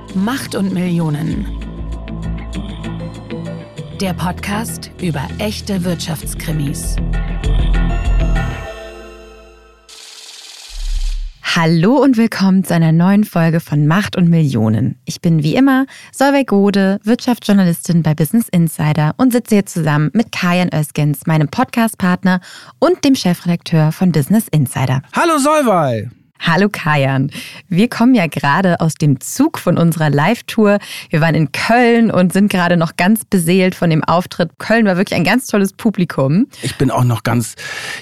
Macht und Millionen. Der Podcast über echte Wirtschaftskrimis. Hallo und willkommen zu einer neuen Folge von Macht und Millionen. Ich bin wie immer Solveig Gode, Wirtschaftsjournalistin bei Business Insider und sitze hier zusammen mit Kajan Özgens, meinem Podcastpartner und dem Chefredakteur von Business Insider. Hallo Solveig! Hallo Kajan. Wir kommen ja gerade aus dem Zug von unserer Live-Tour. Wir waren in Köln und sind gerade noch ganz beseelt von dem Auftritt. Köln war wirklich ein ganz tolles Publikum. Ich bin auch noch ganz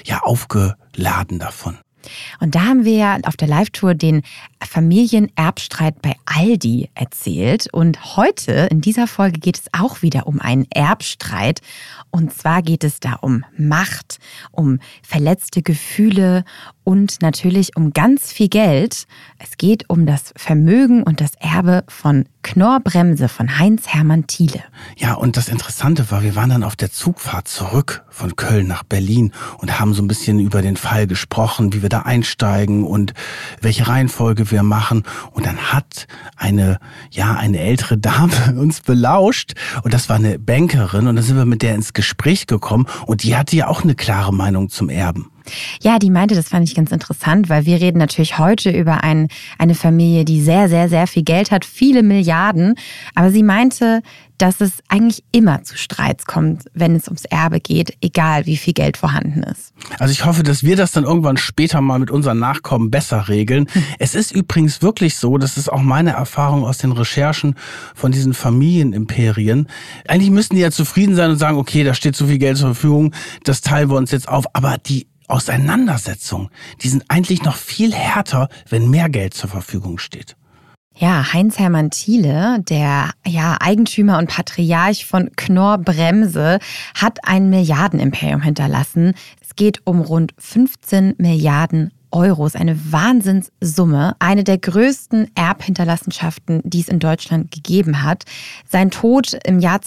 aufgeladen davon. Und da haben wir ja auf der Live-Tour den Familienerbstreit bei Aldi erzählt. Und heute in dieser Folge geht es auch wieder um einen Erbstreit. Und zwar geht es da um Macht, um verletzte Gefühle und natürlich um ganz viel Geld. Es geht um das Vermögen und das Erbe von Knorr-Bremse von Heinz-Hermann Thiele. Ja, und das Interessante war, wir waren dann auf der Zugfahrt zurück von Köln nach Berlin und haben so ein bisschen über den Fall gesprochen, wie wir da einsteigen und welche Reihenfolge wir machen. Und dann hat eine ältere Dame uns belauscht und das war eine Bankerin und dann sind wir mit der ins Gespräch gekommen und die hatte ja auch eine klare Meinung zum Erben. Ja, die meinte, das fand ich ganz interessant, weil wir reden natürlich heute über eine Familie, die sehr, sehr, sehr viel Geld hat, viele Milliarden. Aber sie meinte, dass es eigentlich immer zu Streits kommt, wenn es ums Erbe geht, egal wie viel Geld vorhanden ist. Also ich hoffe, dass wir das dann irgendwann später mal mit unseren Nachkommen besser regeln. Es ist übrigens wirklich so, das ist auch meine Erfahrung aus den Recherchen von diesen Familienimperien. Eigentlich müssten die ja zufrieden sein und sagen, okay, da steht so viel Geld zur Verfügung, das teilen wir uns jetzt auf. Aber die Auseinandersetzungen, die sind eigentlich noch viel härter, wenn mehr Geld zur Verfügung steht. Ja, Heinz-Hermann Thiele, der Eigentümer und Patriarch von Knorr-Bremse, hat ein Milliardenimperium hinterlassen. Es geht um rund 15 Milliarden Euro, ist eine Wahnsinnssumme, eine der größten Erbhinterlassenschaften, die es in Deutschland gegeben hat. Sein Tod im Jahr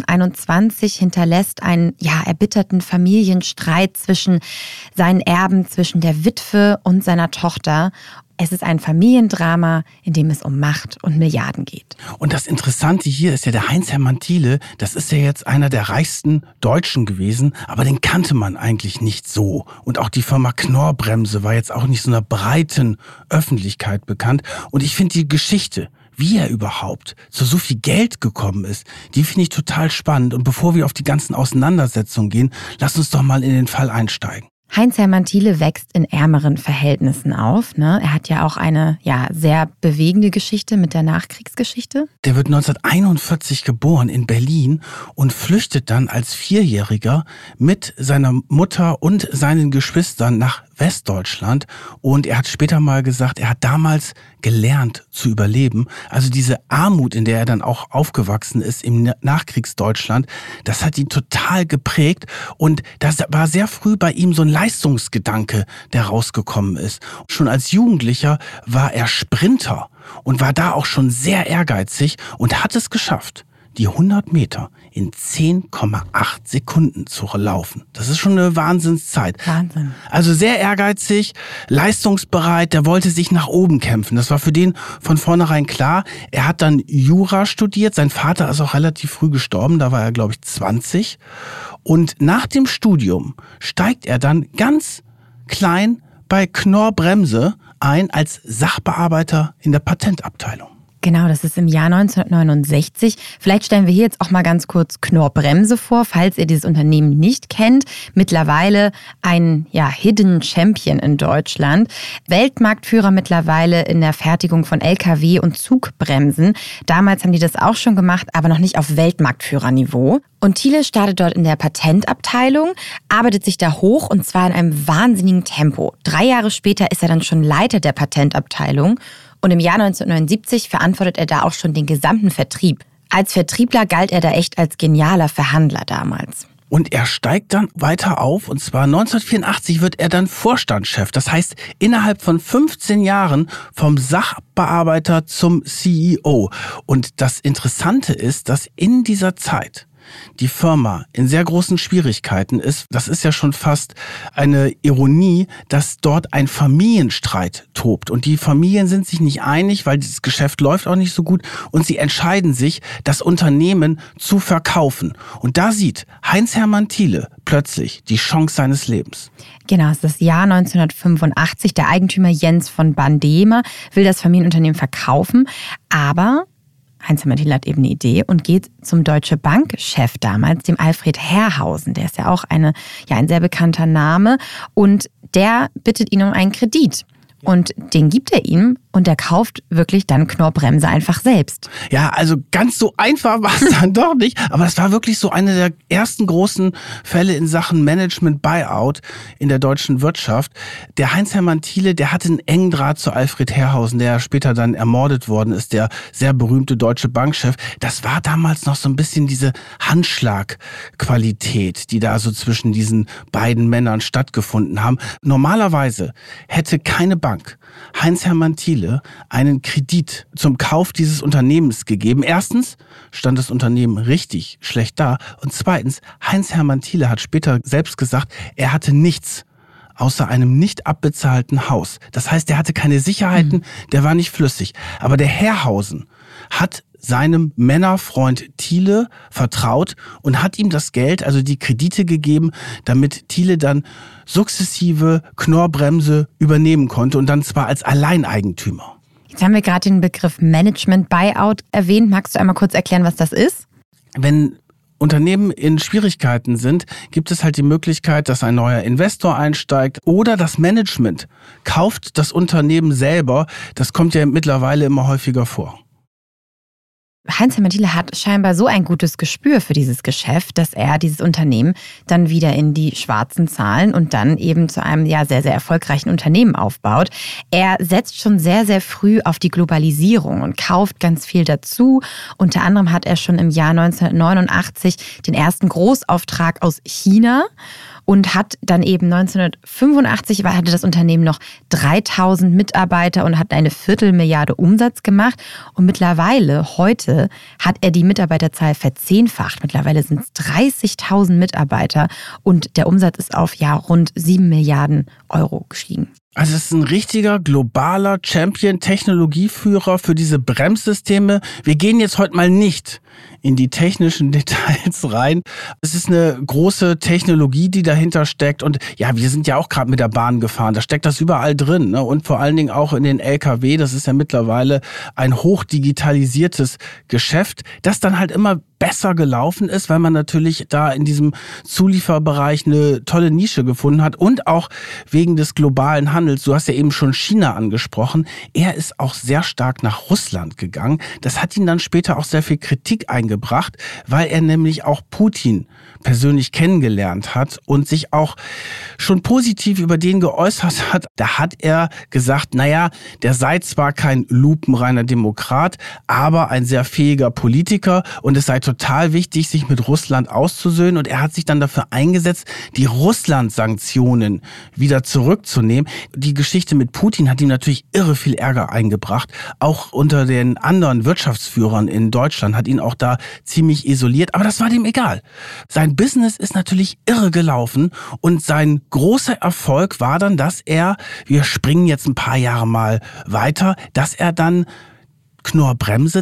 2021 hinterlässt einen erbitterten Familienstreit zwischen seinen Erben, zwischen der Witwe und seiner Tochter. Es ist ein Familiendrama, in dem es um Macht und Milliarden geht. Und das Interessante hier ist ja, der Heinz-Hermann Thiele, das ist ja jetzt einer der reichsten Deutschen gewesen, aber den kannte man eigentlich nicht so. Und auch die Firma Knorr-Bremse war jetzt auch nicht so einer breiten Öffentlichkeit bekannt. Und ich finde die Geschichte, wie er überhaupt zu so viel Geld gekommen ist, die finde ich total spannend. Und bevor wir auf die ganzen Auseinandersetzungen gehen, lass uns doch mal in den Fall einsteigen. Heinz-Hermann Thiele wächst in ärmeren Verhältnissen auf. Er hat ja auch eine sehr bewegende Geschichte mit der Nachkriegsgeschichte. Der wird 1941 geboren in Berlin und flüchtet dann als Vierjähriger mit seiner Mutter und seinen Geschwistern nach Westdeutschland. Und er hat später mal gesagt, er hat damals gelernt zu überleben. Also diese Armut, in der er dann auch aufgewachsen ist im Nachkriegsdeutschland, das hat ihn total geprägt. Und das war sehr früh bei ihm so ein Leistungsgedanke, der rausgekommen ist. Schon als Jugendlicher war er Sprinter und war da auch schon sehr ehrgeizig und hat es geschafft, die 100 Meter in 10,8 Sekunden zu laufen. Das ist schon eine Wahnsinnszeit. Wahnsinn. Also sehr ehrgeizig, leistungsbereit, der wollte sich nach oben kämpfen. Das war für den von vornherein klar. Er hat dann Jura studiert. Sein Vater ist auch relativ früh gestorben. Da war er, glaube ich, 20. Und nach dem Studium steigt er dann ganz klein bei Knorr-Bremse ein als Sachbearbeiter in der Patentabteilung. Genau, das ist im Jahr 1969. Vielleicht stellen wir hier jetzt auch mal ganz kurz Knorr-Bremse vor, falls ihr dieses Unternehmen nicht kennt. Mittlerweile ein Hidden Champion in Deutschland. Weltmarktführer mittlerweile in der Fertigung von LKW und Zugbremsen. Damals haben die das auch schon gemacht, aber noch nicht auf Weltmarktführerniveau. Und Thiele startet dort in der Patentabteilung, arbeitet sich da hoch und zwar in einem wahnsinnigen Tempo. 3 Jahre später ist er dann schon Leiter der Patentabteilung. Und im Jahr 1979 verantwortet er da auch schon den gesamten Vertrieb. Als Vertriebler galt er da echt als genialer Verhandler damals. Und er steigt dann weiter auf und zwar 1984 wird er dann Vorstandschef. Das heißt, innerhalb von 15 Jahren vom Sachbearbeiter zum CEO. Und das Interessante ist, dass in dieser Zeit die Firma in sehr großen Schwierigkeiten ist, das ist ja schon fast eine Ironie, dass dort ein Familienstreit tobt. Und die Familien sind sich nicht einig, weil das Geschäft läuft auch nicht so gut. Und sie entscheiden sich, das Unternehmen zu verkaufen. Und da sieht Heinz-Hermann Thiele plötzlich die Chance seines Lebens. Genau, es ist das Jahr 1985. Der Eigentümer Jens von Bandemer will das Familienunternehmen verkaufen, aber Heinz-Hermann Thiele hat eben eine Idee und geht zum Deutsche Bank-Chef damals, dem Alfred Herrhausen. Der ist ja auch ein sehr bekannter Name. Und der bittet ihn um einen Kredit. Und den gibt er ihm und er kauft wirklich dann Knorr-Bremse einfach selbst. Ja, also ganz so einfach war es dann doch nicht. Aber es war wirklich so eine der ersten großen Fälle in Sachen Management-Buyout in der deutschen Wirtschaft. Der Heinz-Hermann Thiele, der hatte einen engen Draht zu Alfred Herrhausen, der später dann ermordet worden ist, der sehr berühmte Deutsche Bankchef. Das war damals noch so ein bisschen diese Handschlagqualität, die da so zwischen diesen beiden Männern stattgefunden haben. Normalerweise hätte keine Bank Heinz-Hermann Thiele einen Kredit zum Kauf dieses Unternehmens gegeben. Erstens stand das Unternehmen richtig schlecht da und zweitens, Heinz-Hermann Thiele hat später selbst gesagt, er hatte nichts außer einem nicht abbezahlten Haus. Das heißt, er hatte keine Sicherheiten, der war nicht flüssig. Aber der Herrhausen hat seinem Männerfreund Thiele vertraut und hat ihm das Geld, also die Kredite gegeben, damit Thiele dann sukzessive Knorr-Bremse übernehmen konnte und dann zwar als Alleineigentümer. Jetzt haben wir gerade den Begriff Management-Buyout erwähnt. Magst du einmal kurz erklären, was das ist? Wenn Unternehmen in Schwierigkeiten sind, gibt es halt die Möglichkeit, dass ein neuer Investor einsteigt oder das Management kauft das Unternehmen selber. Das kommt ja mittlerweile immer häufiger vor. Heinz-Hermann Thiele hat scheinbar so ein gutes Gespür für dieses Geschäft, dass er dieses Unternehmen dann wieder in die schwarzen Zahlen und dann eben zu einem sehr, sehr erfolgreichen Unternehmen aufbaut. Er setzt schon sehr, sehr früh auf die Globalisierung und kauft ganz viel dazu. Unter anderem hat er schon im Jahr 1989 den ersten Großauftrag aus China und hat dann eben 1985, hatte das Unternehmen noch 3000 Mitarbeiter und hat eine 250 Millionen Umsatz gemacht. Und mittlerweile, heute, hat er die Mitarbeiterzahl verzehnfacht. Mittlerweile sind es 30.000 Mitarbeiter und der Umsatz ist auf rund 7 Milliarden Euro gestiegen. Also es ist ein richtiger globaler Champion, Technologieführer für diese Bremssysteme. Wir gehen jetzt heute mal nicht in die technischen Details rein. Es ist eine große Technologie, die dahinter steckt. Und ja, wir sind ja auch gerade mit der Bahn gefahren. Da steckt das überall drin, ne? Und vor allen Dingen auch in den LKW. Das ist ja mittlerweile ein hochdigitalisiertes Geschäft, das dann halt immer besser gelaufen ist, weil man natürlich da in diesem Zulieferbereich eine tolle Nische gefunden hat und auch wegen des globalen Handels. Du hast ja eben schon China angesprochen. Er ist auch sehr stark nach Russland gegangen. Das hat ihn dann später auch sehr viel Kritik eingebracht, weil er nämlich auch Putin persönlich kennengelernt hat und sich auch schon positiv über den geäußert hat. Da hat er gesagt, naja, der sei zwar kein lupenreiner Demokrat, aber ein sehr fähiger Politiker und es sei total wichtig, sich mit Russland auszusöhnen. Und er hat sich dann dafür eingesetzt, die Russland-Sanktionen wieder zurückzunehmen. Die Geschichte mit Putin hat ihm natürlich irre viel Ärger eingebracht. Auch unter den anderen Wirtschaftsführern in Deutschland hat ihn auch da ziemlich isoliert. Aber das war dem egal. Sein Business ist natürlich irre gelaufen und sein großer Erfolg war dann, dass er, wir springen jetzt ein paar Jahre mal weiter, dass er dann Knorr-Bremse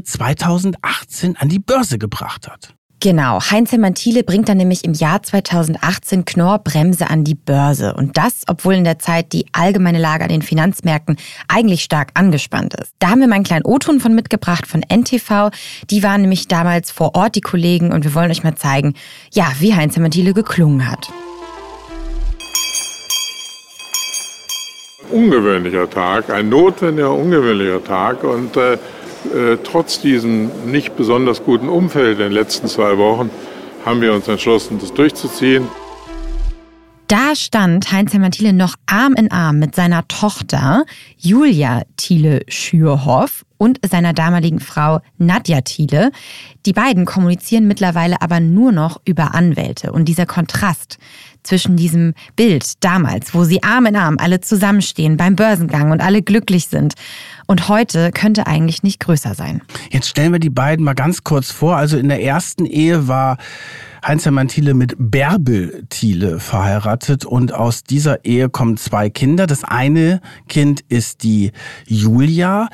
2018 an die Börse gebracht hat. Genau, Heinz-Hermann Thiele bringt dann nämlich im Jahr 2018 Knorr-Bremse an die Börse. Und das, obwohl in der Zeit die allgemeine Lage an den Finanzmärkten eigentlich stark angespannt ist. Da haben wir mal einen kleinen O-Ton von mitgebracht von NTV. Die waren nämlich damals vor Ort, die Kollegen, und wir wollen euch mal zeigen, ja, wie Heinz-Hermann Thiele geklungen hat. Ungewöhnlicher Tag, ein notwendiger, ungewöhnlicher Tag und trotz diesem nicht besonders guten Umfeld in den letzten 2 Wochen haben wir uns entschlossen, das durchzuziehen. Da stand Heinz-Hermann Thiele noch Arm in Arm mit seiner Tochter Julia Thiele-Schürhoff und seiner damaligen Frau Nadja Thiele. Die beiden kommunizieren mittlerweile aber nur noch über Anwälte. Und dieser Kontrast zwischen diesem Bild damals, wo sie Arm in Arm alle zusammenstehen beim Börsengang und alle glücklich sind, Und heute könnte eigentlich nicht größer sein. Jetzt stellen wir die beiden mal ganz kurz vor. Also in der ersten Ehe war Heinz-Hermann Thiele mit Bärbel Thiele verheiratet und aus dieser Ehe kommen 2 Kinder. Das eine Kind ist die Julia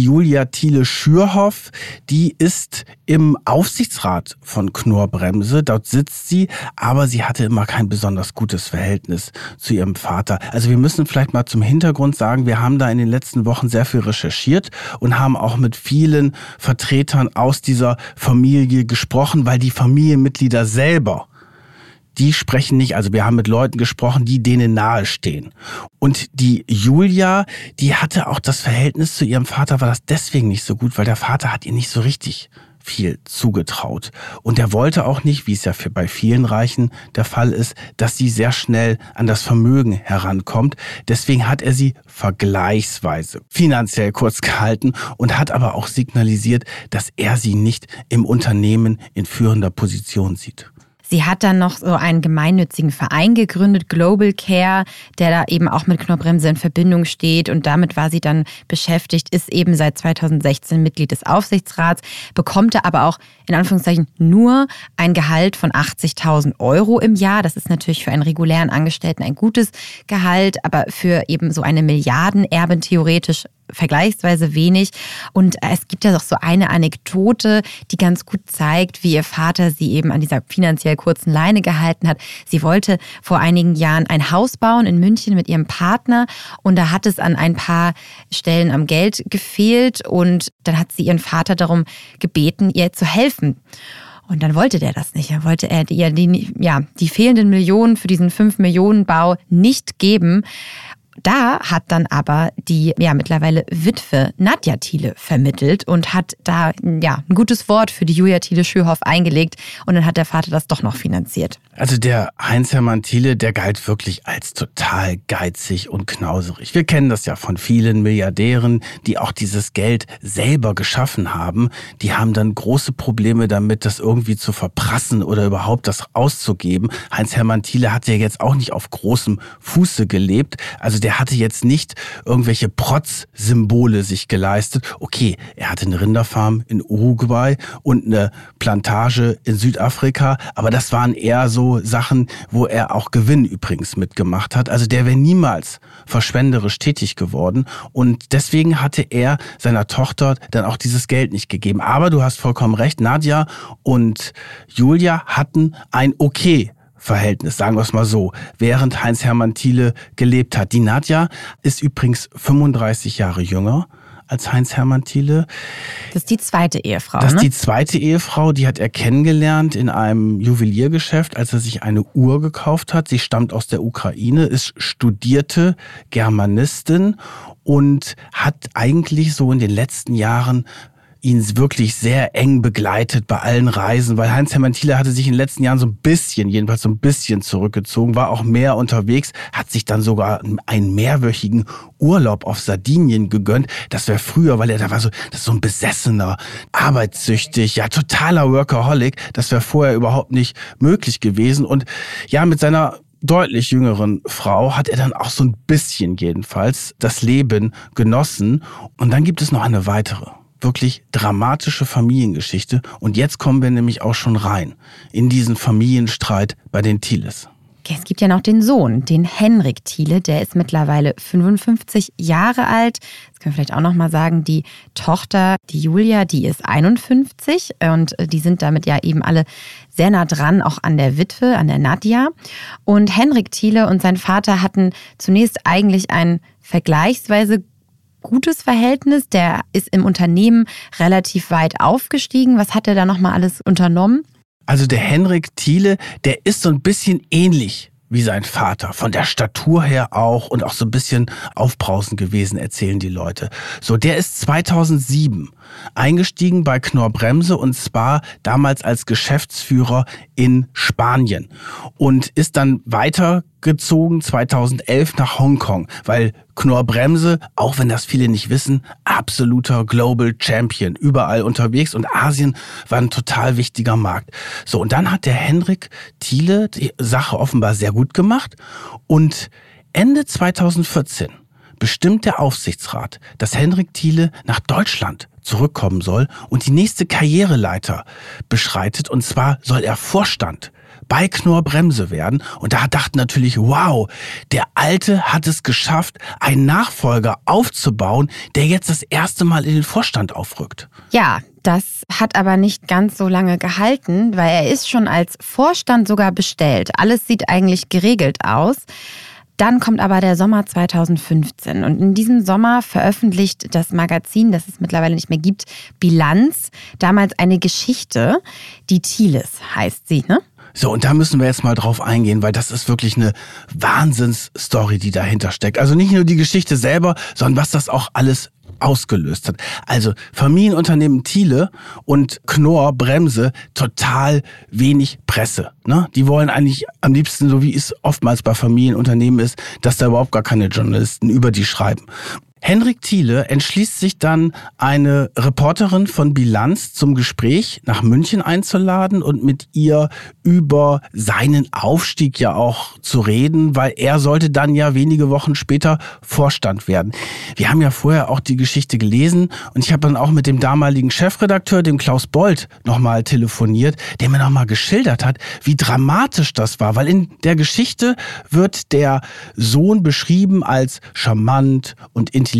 Thiele-Schürhoff. Die ist im Aufsichtsrat von Knorr-Bremse. Dort sitzt sie, aber sie hatte immer kein besonders gutes Verhältnis zu ihrem Vater. Also wir müssen vielleicht mal zum Hintergrund sagen, wir haben da in den letzten Wochen sehr viel recherchiert und haben auch mit vielen Vertretern aus dieser Familie gesprochen, weil die Familienmitglieder selber, die sprechen nicht, also wir haben mit Leuten gesprochen, die denen nahestehen. Und die Julia, die hatte auch das Verhältnis zu ihrem Vater, war das deswegen nicht so gut, weil der Vater hat ihr nicht so richtig viel zugetraut. Und er wollte auch nicht, wie es ja bei vielen Reichen der Fall ist, dass sie sehr schnell an das Vermögen herankommt. Deswegen hat er sie vergleichsweise finanziell kurz gehalten und hat aber auch signalisiert, dass er sie nicht im Unternehmen in führender Position sieht. Sie hat dann noch so einen gemeinnützigen Verein gegründet, Global Care, der da eben auch mit Knorr-Bremse in Verbindung steht. Und damit war sie dann beschäftigt, ist eben seit 2016 Mitglied des Aufsichtsrats, bekommt aber auch in Anführungszeichen nur ein Gehalt von 80.000 € im Jahr. Das ist natürlich für einen regulären Angestellten ein gutes Gehalt, aber für eben so eine Milliardenerbin theoretisch vergleichsweise wenig. Und es gibt ja doch so eine Anekdote, die ganz gut zeigt, wie ihr Vater sie eben an dieser finanziell kurzen Leine gehalten hat. Sie wollte vor einigen Jahren ein Haus bauen in München mit ihrem Partner und da hat es an ein paar Stellen am Geld gefehlt und dann hat sie ihren Vater darum gebeten, ihr zu helfen. Und dann wollte der das nicht. Dann wollte er ihr die fehlenden Millionen für diesen 5-Millionen-Bau nicht geben. Da hat dann aber die mittlerweile Witwe Nadja Thiele vermittelt und hat da ein gutes Wort für die Julia Thiele-Schürhoff eingelegt und dann hat der Vater das doch noch finanziert. Also der Heinz-Hermann Thiele, der galt wirklich als total geizig und knauserig. Wir kennen das ja von vielen Milliardären, die auch dieses Geld selber geschaffen haben. Die haben dann große Probleme damit, das irgendwie zu verprassen oder überhaupt das auszugeben. Heinz-Hermann Thiele hat ja jetzt auch nicht auf großem Fuße gelebt. Also der hatte jetzt nicht irgendwelche Protz-Symbole sich geleistet. Okay, er hatte eine Rinderfarm in Uruguay und eine Plantage in Südafrika, aber das waren eher so Sachen, wo er auch Gewinn übrigens mitgemacht hat. Also der wäre niemals verschwenderisch tätig geworden und deswegen hatte er seiner Tochter dann auch dieses Geld nicht gegeben. Aber du hast vollkommen recht, Nadja und Julia hatten ein Verhältnis, sagen wir es mal so, während Heinz-Hermann Thiele gelebt hat. Die Nadja ist übrigens 35 Jahre jünger als Heinz-Hermann Thiele. Das ist die zweite Ehefrau, Das ist die zweite Ehefrau, die hat er kennengelernt in einem Juweliergeschäft, als er sich eine Uhr gekauft hat. Sie stammt aus der Ukraine, ist studierte Germanistin und hat eigentlich so in den letzten Jahren ihn wirklich sehr eng begleitet bei allen Reisen, weil Heinz-Hermann Thiele hatte sich in den letzten Jahren jedenfalls so ein bisschen zurückgezogen, war auch mehr unterwegs, hat sich dann sogar einen mehrwöchigen Urlaub auf Sardinien gegönnt. Das wäre früher, weil das ist so ein besessener, arbeitssüchtig, totaler Workaholic. Das wäre vorher überhaupt nicht möglich gewesen. Und mit seiner deutlich jüngeren Frau hat er dann auch so ein bisschen jedenfalls das Leben genossen. Und dann gibt es noch eine weitere wirklich dramatische Familiengeschichte. Und jetzt kommen wir nämlich auch schon rein in diesen Familienstreit bei den Thieles. Okay, es gibt ja noch den Sohn, den Henrik Thiele, der ist mittlerweile 55 Jahre alt. Das können wir vielleicht auch noch mal sagen, die Tochter, die Julia, die ist 51 und die sind damit ja eben alle sehr nah dran, auch an der Witwe, an der Nadja. Und Henrik Thiele und sein Vater hatten zunächst eigentlich ein vergleichsweise gutes Verhältnis. Der ist im Unternehmen relativ weit aufgestiegen. Was hat er da nochmal alles unternommen? Also der Henrik Thiele, der ist so ein bisschen ähnlich wie sein Vater. Von der Statur her auch und auch so ein bisschen aufbrausend gewesen, erzählen die Leute. So, der ist 2007 eingestiegen bei Knorr-Bremse und zwar damals als Geschäftsführer in Spanien und ist dann weitergezogen 2011 nach Hongkong, weil Knorr-Bremse, auch wenn das viele nicht wissen, absoluter Global Champion, überall unterwegs und Asien war ein total wichtiger Markt. So, und dann hat der Henrik Thiele die Sache offenbar sehr gut gemacht und Ende 2014 bestimmt der Aufsichtsrat, dass Henrik Thiele nach Deutschland zurückkommen soll und die nächste Karriereleiter beschreitet. Und zwar soll er Vorstand bei Knorr-Bremse werden. Und da dachten natürlich, wow, der Alte hat es geschafft, einen Nachfolger aufzubauen, der jetzt das erste Mal in den Vorstand aufrückt. Ja, das hat aber nicht ganz so lange gehalten, weil er ist schon als Vorstand sogar bestellt. Alles sieht eigentlich geregelt aus. Dann kommt aber der Sommer 2015 und in diesem Sommer veröffentlicht das Magazin, das es mittlerweile nicht mehr gibt, Bilanz, damals eine Geschichte, die Thieles heißt sie, ne? So, und da müssen wir jetzt mal drauf eingehen, weil das ist wirklich eine Wahnsinnsstory, die dahinter steckt. Also nicht nur die Geschichte selber, sondern was das auch alles ausgelöst hat. Also Familienunternehmen Thiele und Knorr-Bremse, total wenig Presse. Ne? Die wollen eigentlich am liebsten, so wie es oftmals bei Familienunternehmen ist, dass da überhaupt gar keine Journalisten über die schreiben. Henrik Thiele entschließt sich dann, eine Reporterin von Bilanz zum Gespräch nach München einzuladen und mit ihr über seinen Aufstieg ja auch zu reden, weil er sollte dann ja wenige Wochen später Vorstand werden. Wir haben ja vorher auch die Geschichte gelesen und ich habe dann auch mit dem damaligen Chefredakteur, dem Klaus Bold, nochmal telefoniert, der mir nochmal geschildert hat, wie dramatisch das war, weil in der Geschichte wird der Sohn beschrieben als charmant und intelligent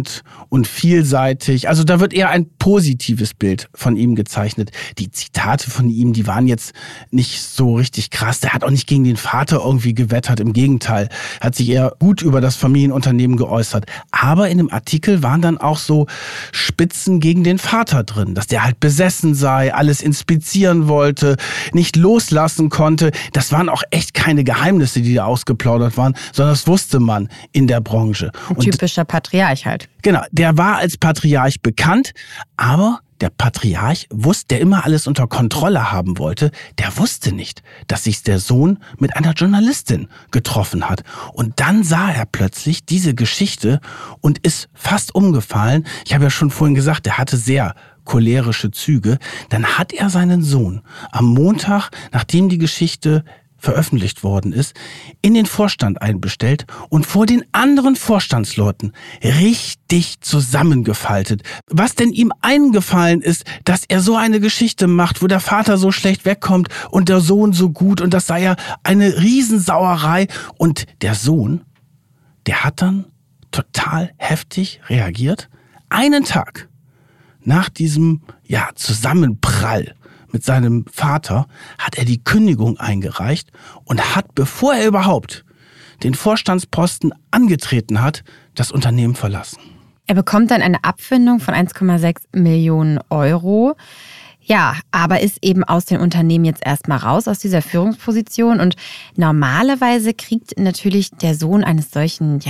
und vielseitig. Also da wird eher ein positives Bild von ihm gezeichnet. Die Zitate von ihm, die waren jetzt nicht so richtig krass. Der hat auch nicht gegen den Vater irgendwie gewettert. Im Gegenteil, hat sich eher gut über das Familienunternehmen geäußert. Aber in dem Artikel waren dann auch so Spitzen gegen den Vater drin, dass der halt besessen sei, alles inspizieren wollte, nicht loslassen konnte. Das waren auch echt keine Geheimnisse, die da ausgeplaudert waren, sondern das wusste man in der Branche. Ein typischer Patriarch halt. Genau, der war als Patriarch bekannt, aber der Patriarch der immer alles unter Kontrolle haben wollte, der wusste nicht, dass sich der Sohn mit einer Journalistin getroffen hat. Und dann sah er plötzlich diese Geschichte und ist fast umgefallen. Ich habe ja schon vorhin gesagt, der hatte sehr cholerische Züge. Dann hat er seinen Sohn am Montag, nachdem die Geschichte veröffentlicht worden ist, in den Vorstand einbestellt und vor den anderen Vorstandsleuten richtig zusammengefaltet. Was denn ihm eingefallen ist, dass er so eine Geschichte macht, wo der Vater so schlecht wegkommt und der Sohn so gut, und das sei ja eine Riesensauerei. Und der Sohn, der hat dann total heftig reagiert. Einen Tag nach diesem Zusammenprall mit seinem Vater hat er die Kündigung eingereicht und hat, bevor er überhaupt den Vorstandsposten angetreten hat, das Unternehmen verlassen. Er bekommt dann eine Abfindung von 1,6 Millionen Euro. Ja, aber ist eben aus dem Unternehmen jetzt erstmal raus, aus dieser Führungsposition. Und normalerweise kriegt natürlich der Sohn eines solchen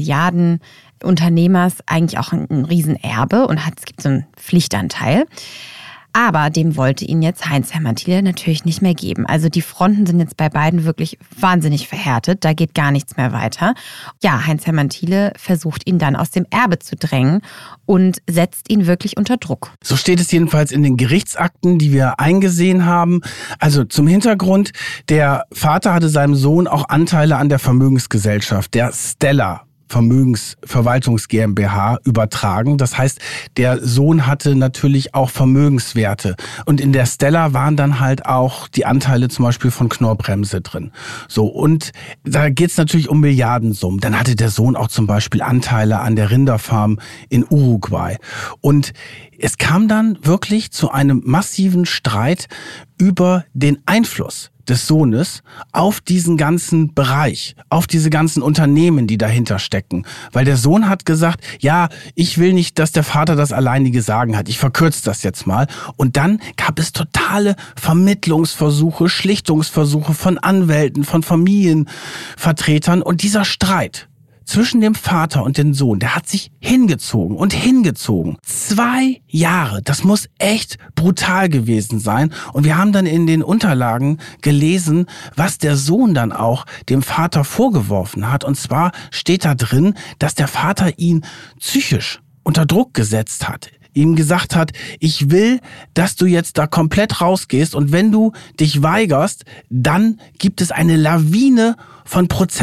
Milliardenunternehmers eigentlich auch ein Riesenerbe und es gibt so einen Pflichtanteil. Aber dem wollte ihn jetzt Heinz-Hermann Thiele natürlich nicht mehr geben. Also die Fronten sind jetzt bei beiden wirklich wahnsinnig verhärtet. Da geht gar nichts mehr weiter. Ja, Heinz-Hermann Thiele versucht ihn dann aus dem Erbe zu drängen und setzt ihn wirklich unter Druck. So steht es jedenfalls in den Gerichtsakten, die wir eingesehen haben. Also zum Hintergrund, der Vater hatte seinem Sohn auch Anteile an der Vermögensgesellschaft, der Stella Vermögensverwaltungs GmbH übertragen. Das heißt, der Sohn hatte natürlich auch Vermögenswerte. Und in der Stella waren dann halt auch die Anteile zum Beispiel von Knorr-Bremse drin. So, und da geht's natürlich um Milliardensummen. Dann hatte der Sohn auch zum Beispiel Anteile an der Rinderfarm in Uruguay. Und es kam dann wirklich zu einem massiven Streit über den Einfluss des Sohnes auf diesen ganzen Bereich, auf diese ganzen Unternehmen, die dahinter stecken. Weil der Sohn hat gesagt, ja, ich will nicht, dass der Vater das alleinige Sagen hat. Ich verkürze das jetzt mal. Und dann gab es totale Vermittlungsversuche, Schlichtungsversuche von Anwälten, von Familienvertretern. Und dieser Streit zwischen dem Vater und dem Sohn, der hat sich hingezogen und hingezogen. 2 Jahre, das muss echt brutal gewesen sein. Und wir haben dann in den Unterlagen gelesen, was der Sohn dann auch dem Vater vorgeworfen hat. Und zwar steht da drin, dass der Vater ihn psychisch unter Druck gesetzt hat. Ihm gesagt hat, ich will, dass du jetzt da komplett rausgehst, und wenn du dich weigerst, dann gibt es eine Lawine von Prozessen.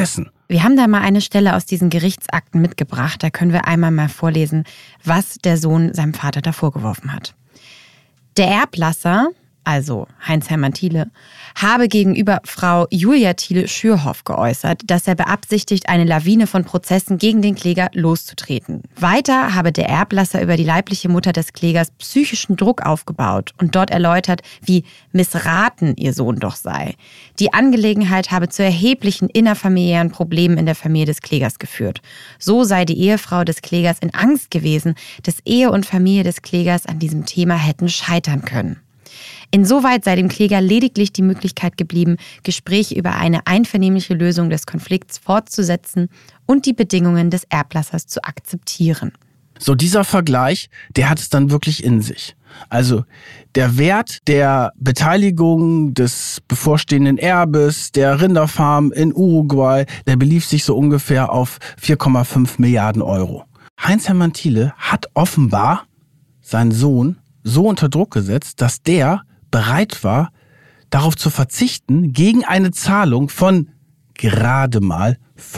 Wir haben da mal eine Stelle aus diesen Gerichtsakten mitgebracht. Da können wir einmal mal vorlesen, was der Sohn seinem Vater da vorgeworfen hat. Der Erblasser, also Heinz-Hermann Thiele, habe gegenüber Frau Julia Thiele-Schürhoff geäußert, dass er beabsichtigt, eine Lawine von Prozessen gegen den Kläger loszutreten. Weiter habe der Erblasser über die leibliche Mutter des Klägers psychischen Druck aufgebaut und dort erläutert, wie missraten ihr Sohn doch sei. Die Angelegenheit habe zu erheblichen innerfamiliären Problemen in der Familie des Klägers geführt. So sei die Ehefrau des Klägers in Angst gewesen, dass Ehe und Familie des Klägers an diesem Thema hätten scheitern können. Insoweit sei dem Kläger lediglich die Möglichkeit geblieben, Gespräche über eine einvernehmliche Lösung des Konflikts fortzusetzen und die Bedingungen des Erblassers zu akzeptieren. So, dieser Vergleich, der hat es dann wirklich in sich. Also der Wert der Beteiligung des bevorstehenden Erbes, der Rinderfarm in Uruguay, der belief sich so ungefähr auf 4,5 Milliarden Euro. Heinz-Hermann Thiele hat offenbar seinen Sohn so unter Druck gesetzt, dass der bereit war, darauf zu verzichten, gegen eine Zahlung von gerade mal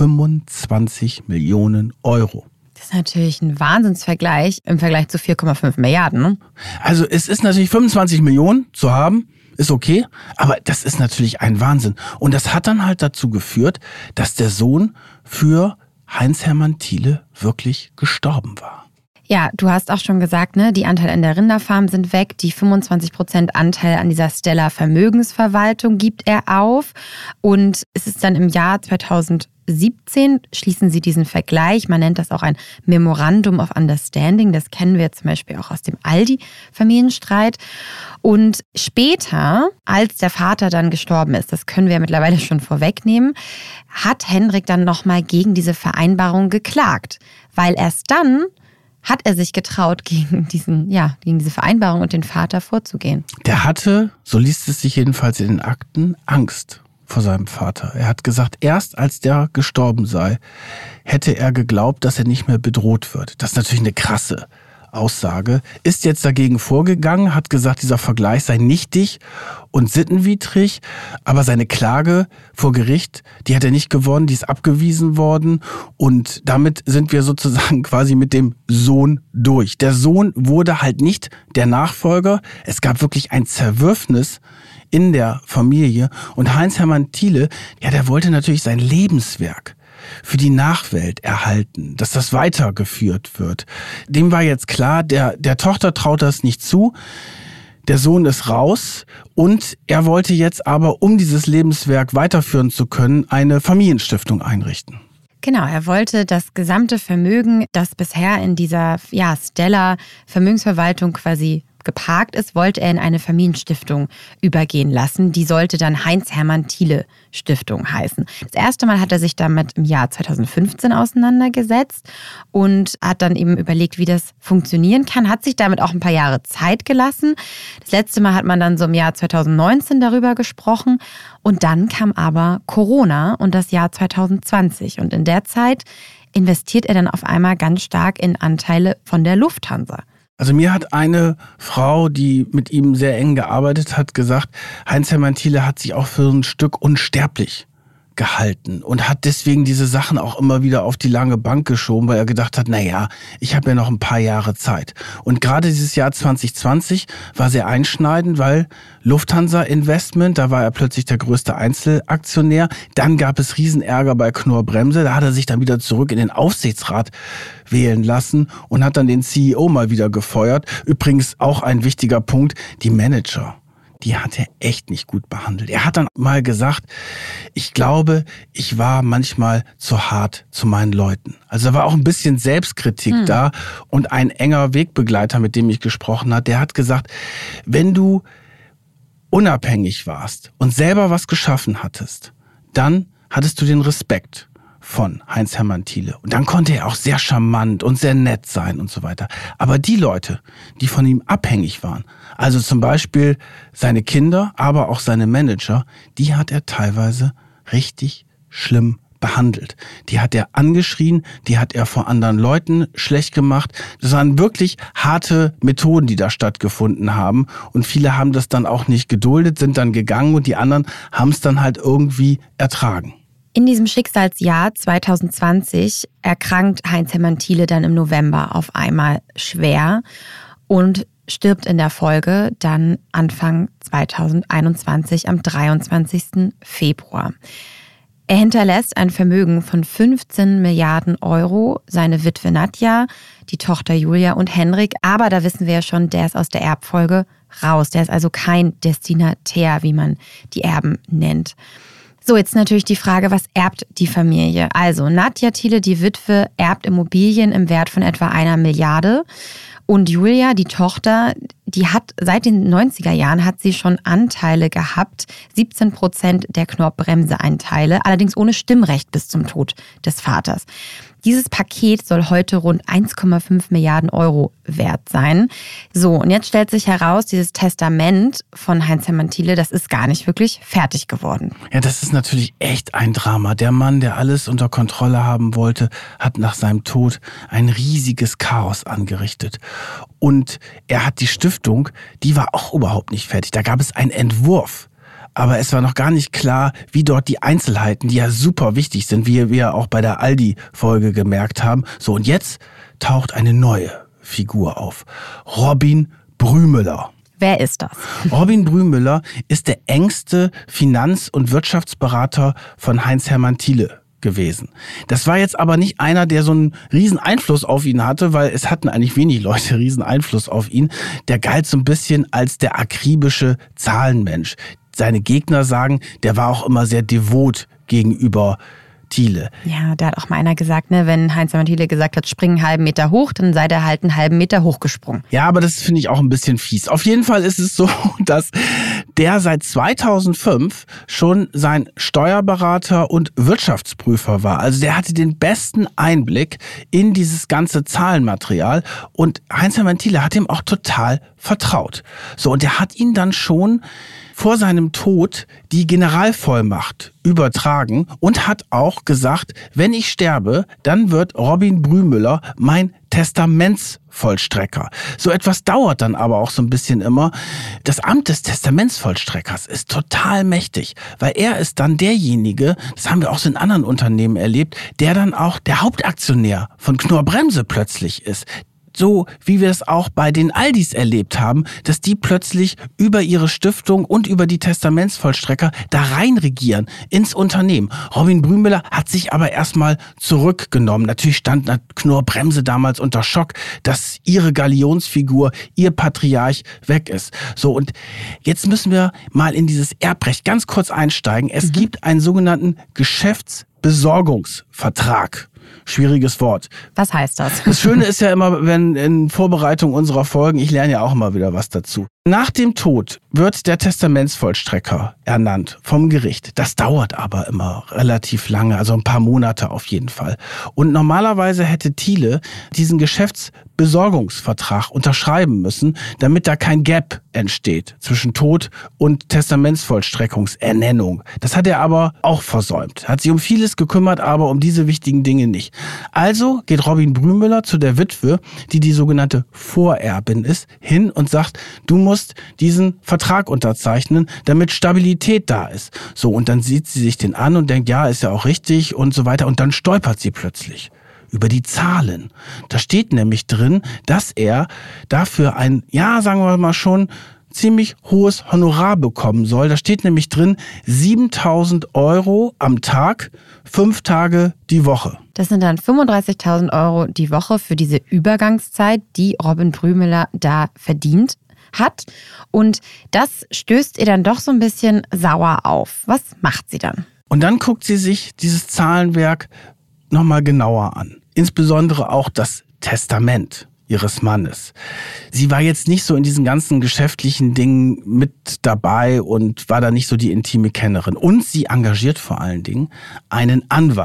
25 Millionen Euro. Das ist natürlich ein Wahnsinnsvergleich im Vergleich zu 4,5 Milliarden. Ne? Also es ist natürlich 25 Millionen zu haben, ist okay, aber das ist natürlich ein Wahnsinn. Und das hat dann halt dazu geführt, dass der Sohn für Heinz-Hermann Thiele wirklich gestorben war. Ja, du hast auch schon gesagt, ne, die Anteile an der Rinderfarm sind weg. Die 25% Anteil an dieser Stella Vermögensverwaltung gibt er auf. Und es ist dann im Jahr 2017, schließen sie diesen Vergleich. Man nennt das auch ein Memorandum of Understanding. Das kennen wir zum Beispiel auch aus dem Aldi-Familienstreit. Und später, als der Vater dann gestorben ist, das können wir mittlerweile schon vorwegnehmen, hat Hendrik dann nochmal gegen diese Vereinbarung geklagt. Weil erst dann hat er sich getraut, gegen diese Vereinbarung und den Vater vorzugehen. Der hatte, so liest es sich jedenfalls in den Akten, Angst vor seinem Vater. Er hat gesagt, erst als der gestorben sei, hätte er geglaubt, dass er nicht mehr bedroht wird. Das ist natürlich eine krasse Aussage. Ist jetzt dagegen vorgegangen, hat gesagt, dieser Vergleich sei nichtig und sittenwidrig, aber seine Klage vor Gericht, die hat er nicht gewonnen, die ist abgewiesen worden und damit sind wir sozusagen quasi mit dem Sohn durch. Der Sohn wurde halt nicht der Nachfolger. Es gab wirklich ein Zerwürfnis in der Familie und Heinz-Hermann Thiele, ja, der wollte natürlich sein Lebenswerk für die Nachwelt erhalten, dass das weitergeführt wird. Dem war jetzt klar, der Tochter traut das nicht zu, der Sohn ist raus und er wollte jetzt aber, um dieses Lebenswerk weiterführen zu können, eine Familienstiftung einrichten. Genau, er wollte das gesamte Vermögen, das bisher in dieser Stella Vermögensverwaltung quasi geparkt ist, wollte er in eine Familienstiftung übergehen lassen. Die sollte dann Heinz-Hermann Thiele Stiftung heißen. Das erste Mal hat er sich damit im Jahr 2015 auseinandergesetzt und hat dann eben überlegt, wie das funktionieren kann, hat sich damit auch ein paar Jahre Zeit gelassen. Das letzte Mal hat man dann so im Jahr 2019 darüber gesprochen und dann kam aber Corona und das Jahr 2020 und in der Zeit investiert er dann auf einmal ganz stark in Anteile von der Lufthansa. Also mir hat eine Frau, die mit ihm sehr eng gearbeitet hat, gesagt, Heinz-Hermann Thiele hat sich auch für ein Stück unsterblich gehalten und hat deswegen diese Sachen auch immer wieder auf die lange Bank geschoben, weil er gedacht hat, naja, ich habe ja noch ein paar Jahre Zeit. Und gerade dieses Jahr 2020 war sehr einschneidend, weil Lufthansa Investment, da war er plötzlich der größte Einzelaktionär. Dann gab es Riesenärger bei Knorr-Bremse, da hat er sich dann wieder zurück in den Aufsichtsrat wählen lassen und hat dann den CEO mal wieder gefeuert. Übrigens auch ein wichtiger Punkt, die Manager. Die hat er echt nicht gut behandelt. Er hat dann mal gesagt, ich glaube, ich war manchmal zu hart zu meinen Leuten. Also da war auch ein bisschen Selbstkritik da und ein enger Wegbegleiter, mit dem ich gesprochen habe, der hat gesagt, wenn du unabhängig warst und selber was geschaffen hattest, dann hattest du den Respekt von Heinz-Hermann Thiele. Und dann konnte er auch sehr charmant und sehr nett sein und so weiter. Aber die Leute, die von ihm abhängig waren, also zum Beispiel seine Kinder, aber auch seine Manager, die hat er teilweise richtig schlimm behandelt. Die hat er angeschrien, die hat er vor anderen Leuten schlecht gemacht. Das waren wirklich harte Methoden, die da stattgefunden haben. Und viele haben das dann auch nicht geduldet, sind dann gegangen und die anderen haben es dann halt irgendwie ertragen. In diesem Schicksalsjahr 2020 erkrankt Heinz-Hermann Thiele dann im November auf einmal schwer und stirbt in der Folge dann Anfang 2021 am 23. Februar. Er hinterlässt ein Vermögen von 15 Milliarden Euro, seine Witwe Nadja, die Tochter Julia und Henrik. Aber da wissen wir ja schon, der ist aus der Erbfolge raus. Der ist also kein Destinatär, wie man die Erben nennt. So, jetzt natürlich die Frage, was erbt die Familie? Also Nadja Thiele, die Witwe, erbt Immobilien im Wert von etwa 1 Milliarde. Und Julia, die Tochter, die hat seit den 90er Jahren hat sie schon Anteile gehabt, 17% der Knorr-Bremse-Anteile, allerdings ohne Stimmrecht bis zum Tod des Vaters. Dieses Paket soll heute rund 1,5 Milliarden Euro wert sein. So, und jetzt stellt sich heraus, dieses Testament von Heinz-Hermann Thiele, das ist gar nicht wirklich fertig geworden. Ja, das ist natürlich echt ein Drama. Der Mann, der alles unter Kontrolle haben wollte, hat nach seinem Tod ein riesiges Chaos angerichtet. Und er hat die Stiftung, die war auch überhaupt nicht fertig. Da gab es einen Entwurf. Aber es war noch gar nicht klar, wie dort die Einzelheiten, die ja super wichtig sind, wie wir auch bei der Aldi-Folge gemerkt haben. So, und jetzt taucht eine neue Figur auf. Robin Brümöller. Wer ist das? Robin Brümöller ist der engste Finanz- und Wirtschaftsberater von Heinz-Hermann Thiele gewesen. Das war jetzt aber nicht einer, der so einen riesen Einfluss auf ihn hatte, weil es hatten eigentlich wenig Leute riesen Einfluss auf ihn. Der galt so ein bisschen als der akribische Zahlenmensch. Seine Gegner sagen, der war auch immer sehr devot gegenüber Thiele. Ja, da hat auch mal einer gesagt, ne, wenn Heinz-Hermann Thiele gesagt hat, spring einen halben Meter hoch, dann sei der halt einen halben Meter hochgesprungen. Ja, aber das finde ich auch ein bisschen fies. Auf jeden Fall ist es so, dass der seit 2005 schon sein Steuerberater und Wirtschaftsprüfer war. Also der hatte den besten Einblick in dieses ganze Zahlenmaterial und Heinz-Hermann Thiele hat ihm auch total vertraut. So, und der hat ihn dann schon vor seinem Tod die Generalvollmacht übertragen und hat auch gesagt, wenn ich sterbe, dann wird Robin Brümöller mein Testamentsvollstrecker. So etwas dauert dann aber auch so ein bisschen immer. Das Amt des Testamentsvollstreckers ist total mächtig, weil er ist dann derjenige, das haben wir auch so in anderen Unternehmen erlebt, der dann auch der Hauptaktionär von Knorr-Bremse plötzlich ist. So wie wir es auch bei den Aldis erlebt haben, dass die plötzlich über ihre Stiftung und über die Testamentsvollstrecker da reinregieren ins Unternehmen. Robin Brümöller hat sich aber erstmal zurückgenommen. Natürlich stand Knorr-Bremse damals unter Schock, dass ihre Galionsfigur, ihr Patriarch weg ist. So, und jetzt müssen wir mal in dieses Erbrecht ganz kurz einsteigen. Es gibt einen sogenannten Geschäftsbesorgungsvertrag. Schwieriges Wort. Was heißt das? Das Schöne ist ja immer, wenn in Vorbereitung unserer Folgen, ich lerne ja auch immer wieder was dazu. Nach dem Tod wird der Testamentsvollstrecker ernannt vom Gericht. Das dauert aber immer relativ lange, also ein paar Monate auf jeden Fall. Und normalerweise hätte Thiele diesen Geschäftsbesorgungsvertrag unterschreiben müssen, damit da kein Gap entsteht zwischen Tod und Testamentsvollstreckungsernennung. Das hat er aber auch versäumt. Hat sich um vieles gekümmert, aber um diese wichtigen Dinge nicht. Also geht Robin Brümöller zu der Witwe, die sogenannte Vorerbin ist, hin und sagt, du musst diesen Vertrag unterzeichnen, damit Stabilität da ist. So, und dann sieht sie sich den an und denkt, ja, ist ja auch richtig und so weiter. Und dann stolpert sie plötzlich über die Zahlen. Da steht nämlich drin, dass er dafür ein, ja, sagen wir mal schon, ziemlich hohes Honorar bekommen soll. Da steht nämlich drin 7.000 Euro am Tag, 5 Tage die Woche. Das sind dann 35.000 Euro die Woche für diese Übergangszeit, die Robin Brümöller da verdient hat. Und das stößt ihr dann doch so ein bisschen sauer auf. Was macht sie dann? Und dann guckt sie sich dieses Zahlenwerk nochmal genauer an. Insbesondere auch das Testament ihres Mannes. Sie war jetzt nicht so in diesen ganzen geschäftlichen Dingen mit dabei und war da nicht so die intime Kennerin. Und sie engagiert vor allen Dingen einen Anwalt,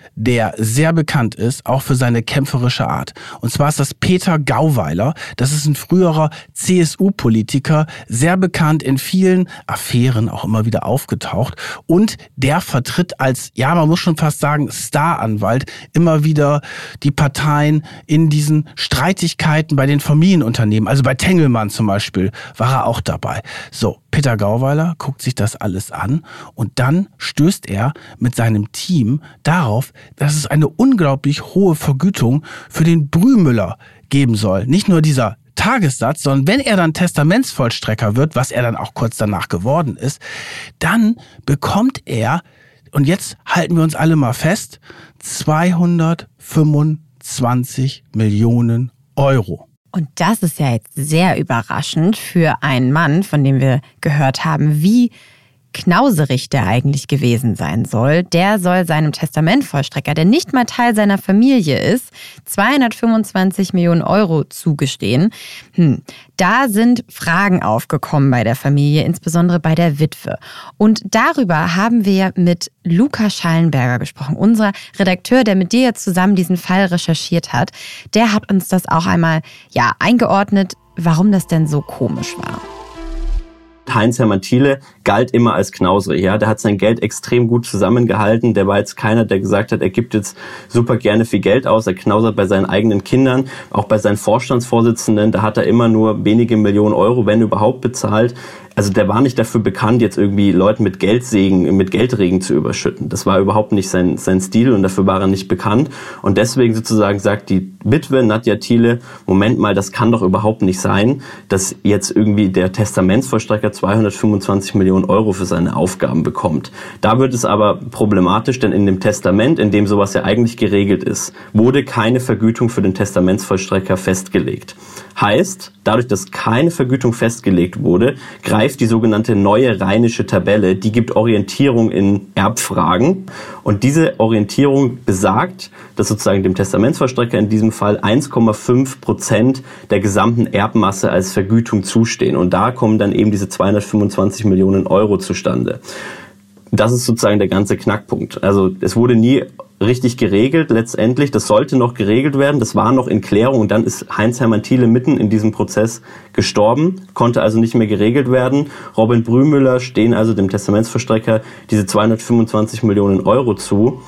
der sehr bekannt ist, auch für seine kämpferische Art. Und zwar ist das Peter Gauweiler. Das ist ein früherer CSU-Politiker, sehr bekannt, in vielen Affären auch immer wieder aufgetaucht. Und der vertritt als, ja, man muss schon fast sagen, Staranwalt immer wieder die Parteien in diesen Streitigkeiten bei den Familienunternehmen. Also bei Tengelmann zum Beispiel war er auch dabei. So, Peter Gauweiler guckt sich das alles an und dann stößt er mit seinem Team darauf, dass es eine unglaublich hohe Vergütung für den Brühmüller geben soll. Nicht nur dieser Tagessatz, sondern wenn er dann Testamentsvollstrecker wird, was er dann auch kurz danach geworden ist, dann bekommt er, und jetzt halten wir uns alle mal fest, 225 Millionen Euro. Und das ist ja jetzt sehr überraschend für einen Mann, von dem wir gehört haben, wie knauserig der eigentlich gewesen sein soll. Der soll seinem Testamentvollstrecker, der nicht mal Teil seiner Familie ist, 225 Millionen Euro zugestehen. Da sind Fragen aufgekommen bei der Familie, insbesondere bei der Witwe. Und darüber haben wir mit Luca Schallenberger gesprochen, unser Redakteur, der mit dir jetzt zusammen diesen Fall recherchiert hat. Der hat uns das auch einmal eingeordnet, warum das denn so komisch war. Heinz-Hermann Thiele galt immer als knauserig. Ja? Der hat sein Geld extrem gut zusammengehalten. Der war jetzt keiner, der gesagt hat, er gibt jetzt super gerne viel Geld aus. Er knausert bei seinen eigenen Kindern, auch bei seinen Vorstandsvorsitzenden. Da hat er immer nur wenige Millionen Euro, wenn überhaupt, bezahlt. Also der war nicht dafür bekannt, jetzt irgendwie Leuten mit Geldregen zu überschütten. Das war überhaupt nicht sein Stil und dafür war er nicht bekannt. Und deswegen sozusagen sagt die Witwe Nadja Thiele, Moment mal, das kann doch überhaupt nicht sein, dass jetzt irgendwie der Testamentsvollstrecker 225 Millionen Euro für seine Aufgaben bekommt. Da wird es aber problematisch, denn in dem Testament, in dem sowas ja eigentlich geregelt ist, wurde keine Vergütung für den Testamentsvollstrecker festgelegt. Heißt, dadurch, dass keine Vergütung festgelegt wurde, greift die sogenannte neue rheinische Tabelle, die gibt Orientierung in Erbfragen. Und diese Orientierung besagt, dass sozusagen dem Testamentsvollstrecker in diesem Fall 1,5% der gesamten Erbmasse als Vergütung zustehen. Und da kommen dann eben diese 225 Millionen Euro zustande. Das ist sozusagen der ganze Knackpunkt. Also es wurde nie richtig geregelt letztendlich. Das sollte noch geregelt werden. Das war noch in Klärung. Und dann ist Heinz-Hermann Thiele mitten in diesem Prozess gestorben, konnte also nicht mehr geregelt werden. Robin Brühmüller stehen also dem Testamentsvollstrecker diese 225 Millionen Euro zu.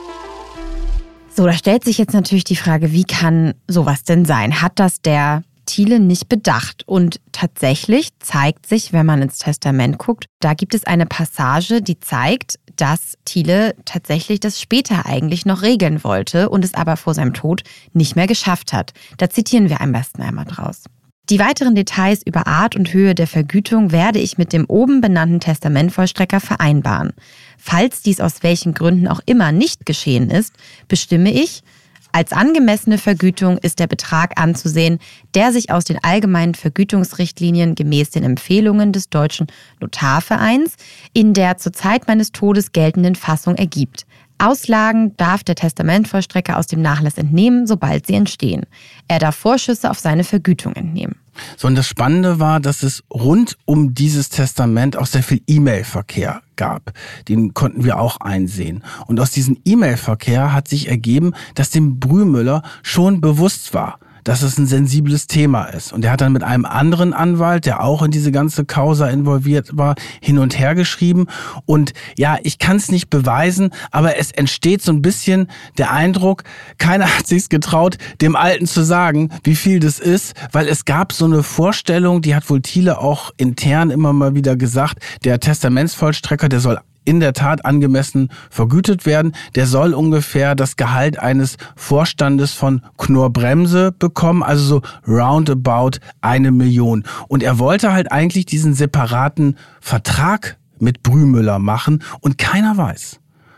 So, da stellt sich jetzt natürlich die Frage, wie kann sowas denn sein? Hat das der Thiele nicht bedacht? Und tatsächlich zeigt sich, wenn man ins Testament guckt, da gibt es eine Passage, die zeigt, dass Thiele tatsächlich das später eigentlich noch regeln wollte und es aber vor seinem Tod nicht mehr geschafft hat. Da zitieren wir am besten einmal draus. Die weiteren Details über Art und Höhe der Vergütung werde ich mit dem oben benannten Testamentvollstrecker vereinbaren. Falls dies aus welchen Gründen auch immer nicht geschehen ist, bestimme ich, als angemessene Vergütung ist der Betrag anzusehen, der sich aus den allgemeinen Vergütungsrichtlinien gemäß den Empfehlungen des Deutschen Notarvereins in der zur Zeit meines Todes geltenden Fassung ergibt. Auslagen darf der Testamentvollstrecker aus dem Nachlass entnehmen, sobald sie entstehen. Er darf Vorschüsse auf seine Vergütung entnehmen. So, und das Spannende war, dass es rund um dieses Testament auch sehr viel E-Mail-Verkehr gab. Den konnten wir auch einsehen. Und aus diesem E-Mail-Verkehr hat sich ergeben, dass dem Brühmüller schon bewusst war, dass es ein sensibles Thema ist. Und er hat dann mit einem anderen Anwalt, der auch in diese ganze Causa involviert war, hin und her geschrieben. Und ja, ich kann es nicht beweisen, aber es entsteht so ein bisschen der Eindruck, keiner hat sich's getraut, dem Alten zu sagen, wie viel das ist, weil es gab so eine Vorstellung, die hat wohl Thiele auch intern immer mal wieder gesagt, der Testamentsvollstrecker, der soll in der Tat angemessen vergütet werden. Der soll ungefähr das Gehalt eines Vorstandes von Knorr-Bremse bekommen, also so roundabout 1 Million. Und er wollte halt eigentlich diesen separaten Vertrag mit Brühmüller machen und keiner weiß,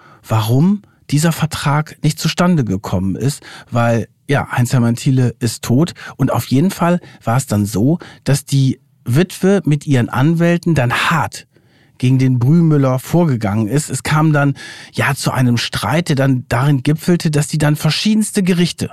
warum dieser Vertrag nicht zustande gekommen ist, weil Heinz-Hermann Thiele ist tot und auf jeden Fall war es dann so, dass die Witwe mit ihren Anwälten dann hart gegen den Brühmüller vorgegangen ist. Es kam dann zu einem Streit, der dann darin gipfelte, dass die dann verschiedenste Gerichte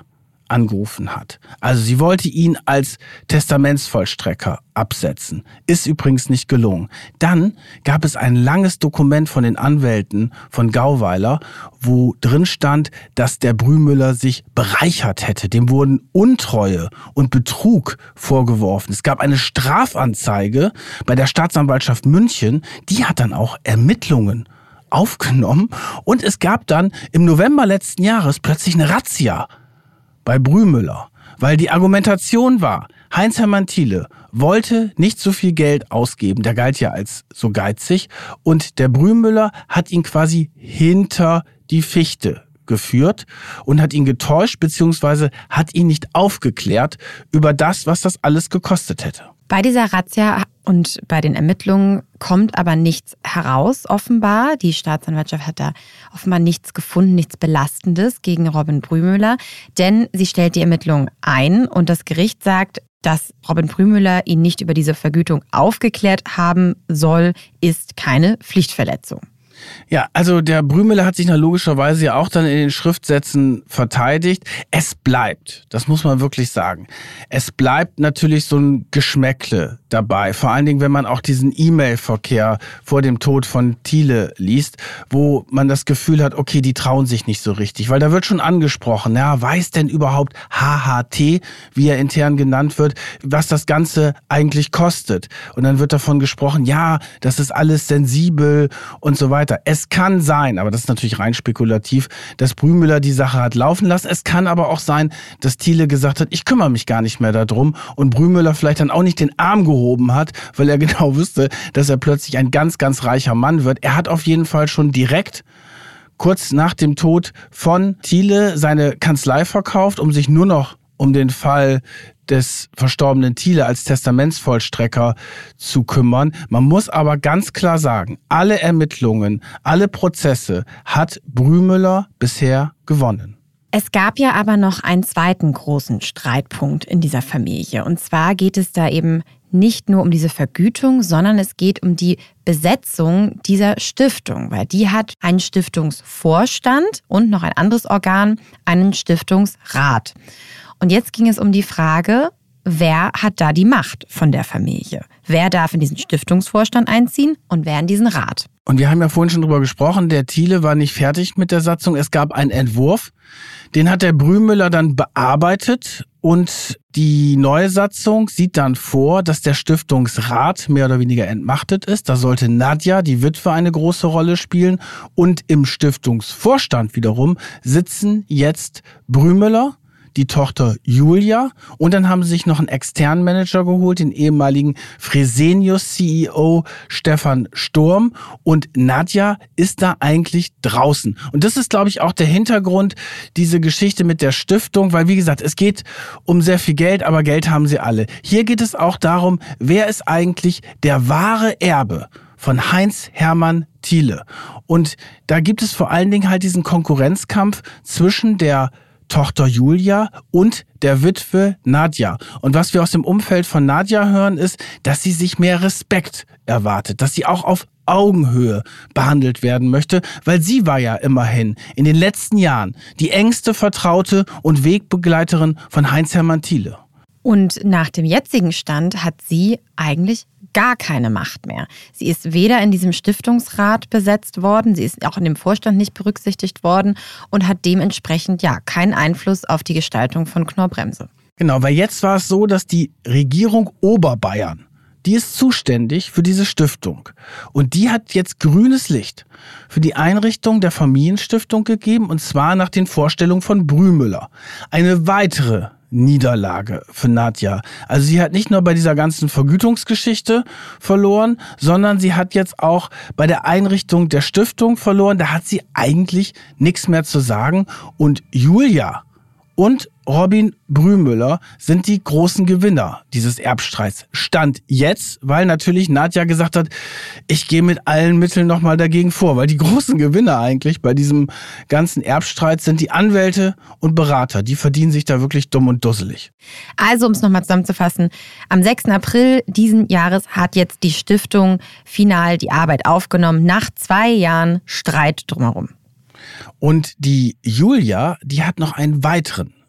angerufen hat. Also sie wollte ihn als Testamentsvollstrecker absetzen. Ist übrigens nicht gelungen. Dann gab es ein langes Dokument von den Anwälten von Gauweiler, wo drin stand, dass der Brühmüller sich bereichert hätte. Dem wurden Untreue und Betrug vorgeworfen. Es gab eine Strafanzeige bei der Staatsanwaltschaft München. Die hat dann auch Ermittlungen aufgenommen. Und es gab dann im November letzten Jahres plötzlich eine Razzia bei Brühmüller, weil die Argumentation war, Heinz-Hermann Thiele wollte nicht so viel Geld ausgeben, der galt ja als so geizig, und der Brühmüller hat ihn quasi hinter die Fichte geführt und hat ihn getäuscht, beziehungsweise hat ihn nicht aufgeklärt über das, was das alles gekostet hätte. Bei dieser Razzia und bei den Ermittlungen kommt aber nichts heraus, offenbar. Die Staatsanwaltschaft hat da offenbar nichts gefunden, nichts Belastendes gegen Robin Brühmüller, denn sie stellt die Ermittlungen ein und das Gericht sagt, dass Robin Brühmüller ihn nicht über diese Vergütung aufgeklärt haben soll, ist keine Pflichtverletzung. Ja, also der Brühmüller hat sich logischerweise ja auch dann in den Schriftsätzen verteidigt. Es bleibt, das muss man wirklich sagen, es bleibt natürlich so ein Geschmäckle dabei. Vor allen Dingen, wenn man auch diesen E-Mail-Verkehr vor dem Tod von Thiele liest, wo man das Gefühl hat, okay, die trauen sich nicht so richtig. Weil da wird schon angesprochen, ja, weiß denn überhaupt HHT, wie er intern genannt wird, was das Ganze eigentlich kostet? Und dann wird davon gesprochen, ja, das ist alles sensibel und so weiter. Es kann sein, aber das ist natürlich rein spekulativ, dass Brühmüller die Sache hat laufen lassen. Es kann aber auch sein, dass Thiele gesagt hat, ich kümmere mich gar nicht mehr darum und Brühmüller vielleicht dann auch nicht den Arm gehoben hat, weil er genau wusste, dass er plötzlich ein ganz, ganz reicher Mann wird. Er hat auf jeden Fall schon direkt kurz nach dem Tod von Thiele seine Kanzlei verkauft, um sich nur noch um den Fall des verstorbenen Thiele als Testamentsvollstrecker zu kümmern. Man muss aber ganz klar sagen, alle Ermittlungen, alle Prozesse hat Brühmüller bisher gewonnen. Es gab ja aber noch einen zweiten großen Streitpunkt in dieser Familie. Und zwar geht es da eben nicht nur um diese Vergütung, sondern es geht um die Besetzung dieser Stiftung, weil die hat einen Stiftungsvorstand und noch ein anderes Organ, einen Stiftungsrat. Und jetzt ging es um die Frage, wer hat da die Macht von der Familie? Wer darf in diesen Stiftungsvorstand einziehen und wer in diesen Rat? Und wir haben ja vorhin schon drüber gesprochen, der Thiele war nicht fertig mit der Satzung. Es gab einen Entwurf, den hat der Brühmüller dann bearbeitet und die neue Satzung sieht dann vor, dass der Stiftungsrat mehr oder weniger entmachtet ist. Da sollte Nadja, die Witwe, eine große Rolle spielen und im Stiftungsvorstand wiederum sitzen jetzt Brühmüller, die Tochter Julia und dann haben sie sich noch einen externen Manager geholt, den ehemaligen Fresenius-CEO Stefan Sturm und Nadja ist da eigentlich draußen. Und das ist, glaube ich, auch der Hintergrund, diese Geschichte mit der Stiftung, weil wie gesagt, es geht um sehr viel Geld, aber Geld haben sie alle. Hier geht es auch darum, wer ist eigentlich der wahre Erbe von Heinz-Hermann Thiele. Und da gibt es vor allen Dingen halt diesen Konkurrenzkampf zwischen der Tochter Julia und der Witwe Nadja. Und was wir aus dem Umfeld von Nadja hören, ist, dass sie sich mehr Respekt erwartet, dass sie auch auf Augenhöhe behandelt werden möchte, weil sie war ja immerhin in den letzten Jahren die engste Vertraute und Wegbegleiterin von Heinz-Hermann Thiele. Und nach dem jetzigen Stand hat sie eigentlich gar keine Macht mehr. Sie ist weder in diesem Stiftungsrat besetzt worden, sie ist auch in dem Vorstand nicht berücksichtigt worden und hat dementsprechend ja keinen Einfluss auf die Gestaltung von Knorr-Bremse. Genau, weil jetzt war es so, dass die Regierung Oberbayern, die ist zuständig für diese Stiftung und die hat jetzt grünes Licht für die Einrichtung der Familienstiftung gegeben und zwar nach den Vorstellungen von Brühmüller. Eine weitere Niederlage für Nadja. Also sie hat nicht nur bei dieser ganzen Vergütungsgeschichte verloren, sondern sie hat jetzt auch bei der Einrichtung der Stiftung verloren. Da hat sie eigentlich nichts mehr zu sagen. Und Julia und Robin Brühmüller sind die großen Gewinner dieses Erbstreits. Stand jetzt, weil natürlich Nadja gesagt hat, ich gehe mit allen Mitteln nochmal dagegen vor, weil die großen Gewinner eigentlich bei diesem ganzen Erbstreit sind die Anwälte und Berater. Die verdienen sich da wirklich dumm und dusselig. Also, um es nochmal zusammenzufassen, am 6. April diesen Jahres hat jetzt die Stiftung final die Arbeit aufgenommen, nach 2 Jahren Streit drumherum. Und die Julia, die hat noch einen weiteren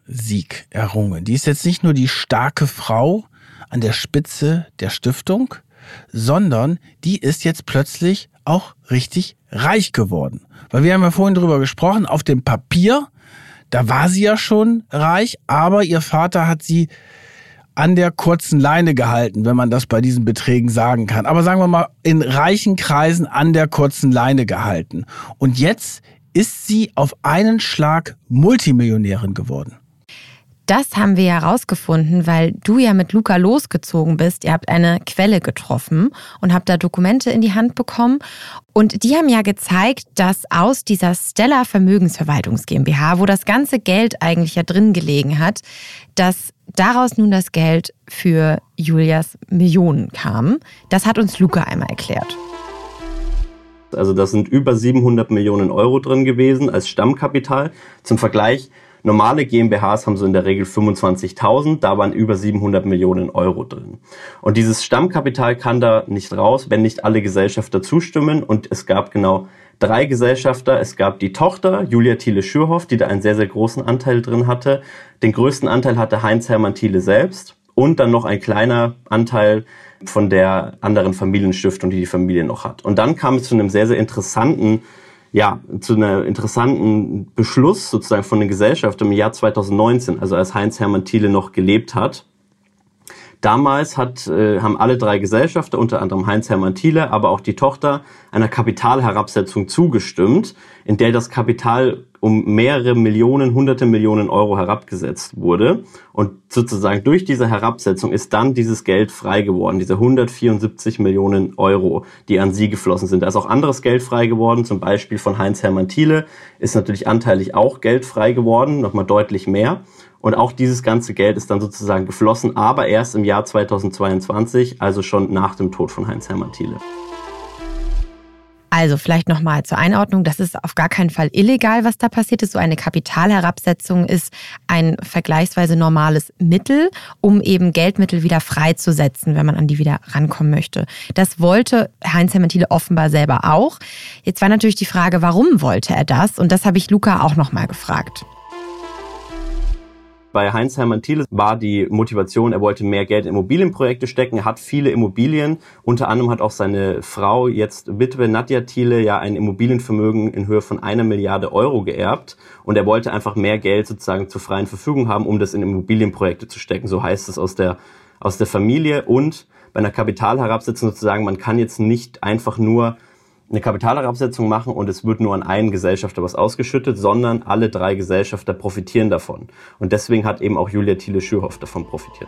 Sieg errungen. Die ist jetzt nicht nur die starke Frau an der Spitze der Stiftung, sondern die ist jetzt plötzlich auch richtig reich geworden. Weil wir haben ja vorhin drüber gesprochen, auf dem Papier, da war sie ja schon reich, aber ihr Vater hat sie an der kurzen Leine gehalten, wenn man das bei diesen Beträgen sagen kann. Aber sagen wir mal, in reichen Kreisen an der kurzen Leine gehalten. Und jetzt ist sie auf einen Schlag Multimillionärin geworden. Das haben wir ja rausgefunden, weil du ja mit Luca losgezogen bist. Ihr habt eine Quelle getroffen und habt da Dokumente in die Hand bekommen. Und die haben ja gezeigt, dass aus dieser Stella Vermögensverwaltungs GmbH, wo das ganze Geld eigentlich ja drin gelegen hat, dass daraus nun das Geld für Julias Millionen kam. Das hat uns Luca einmal erklärt. Also das sind über 700 Millionen Euro drin gewesen als Stammkapital. Zum Vergleich, normale GmbHs haben so in der Regel 25.000, da waren über 700 Millionen Euro drin. Und dieses Stammkapital kann da nicht raus, wenn nicht alle Gesellschafter zustimmen. Und es gab genau 3 Gesellschafter. Es gab die Tochter, Julia Thiele-Schürhoff, die da einen sehr, sehr großen Anteil drin hatte. Den größten Anteil hatte Heinz-Hermann Thiele selbst und dann noch ein kleiner Anteil von der anderen Familienstiftung, die die Familie noch hat. Und dann kam es zu einem sehr, sehr interessanten Beschluss sozusagen von den Gesellschaften im Jahr 2019, also als Heinz-Hermann Thiele noch gelebt hat. Damals haben alle 3 Gesellschafter, unter anderem Heinz-Hermann Thiele, aber auch die Tochter, einer Kapitalherabsetzung zugestimmt, in der das Kapital um mehrere Millionen, hunderte Millionen Euro herabgesetzt wurde. Und sozusagen durch diese Herabsetzung ist dann dieses Geld frei geworden, diese 174 Millionen Euro, die an sie geflossen sind. Da ist auch anderes Geld frei geworden, zum Beispiel von Heinz-Hermann Thiele ist natürlich anteilig auch Geld frei geworden, nochmal deutlich mehr. Und auch dieses ganze Geld ist dann sozusagen geflossen, aber erst im Jahr 2022, also schon nach dem Tod von Heinz-Hermann Thiele. Also vielleicht nochmal zur Einordnung, das ist auf gar keinen Fall illegal, was da passiert ist. So eine Kapitalherabsetzung ist ein vergleichsweise normales Mittel, um eben Geldmittel wieder freizusetzen, wenn man an die wieder rankommen möchte. Das wollte Heinz-Hermann Thiele offenbar selber auch. Jetzt war natürlich die Frage, warum wollte er das? Und das habe ich Luca auch nochmal gefragt. Bei Heinz-Hermann Thiele war die Motivation, er wollte mehr Geld in Immobilienprojekte stecken. Er hat viele Immobilien. Unter anderem hat auch seine Frau, jetzt Witwe Nadja Thiele, ja ein Immobilienvermögen in Höhe von 1 Milliarde Euro geerbt. Und er wollte einfach mehr Geld sozusagen zur freien Verfügung haben, um das in Immobilienprojekte zu stecken. So heißt es aus der Familie. Und bei einer Kapitalherabsetzung sozusagen, man kann jetzt nicht einfach nur eine Kapitalherabsetzung machen und es wird nur an einen Gesellschafter was ausgeschüttet, sondern alle 3 Gesellschafter profitieren davon. Und deswegen hat eben auch Julia Thiele-Schürhoff davon profitiert.